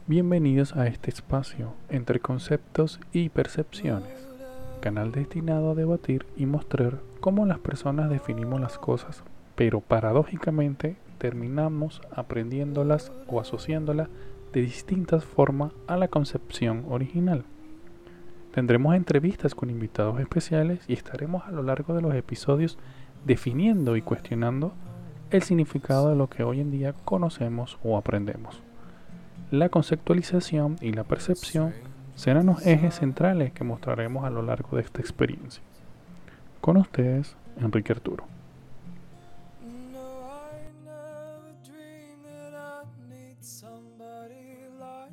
Bienvenidos a este espacio entre conceptos y percepciones, canal destinado a debatir y mostrar cómo las personas definimos las cosas, pero paradójicamente terminamos aprendiéndolas o asociándolas de distintas formas a la concepción original. Tendremos entrevistas con invitados especiales y estaremos a lo largo de los episodios definiendo y cuestionando el significado de lo que hoy en día conocemos o aprendemos. La conceptualización y la percepción serán los ejes centrales que mostraremos a lo largo de esta experiencia. Con ustedes, Enrique Arturo.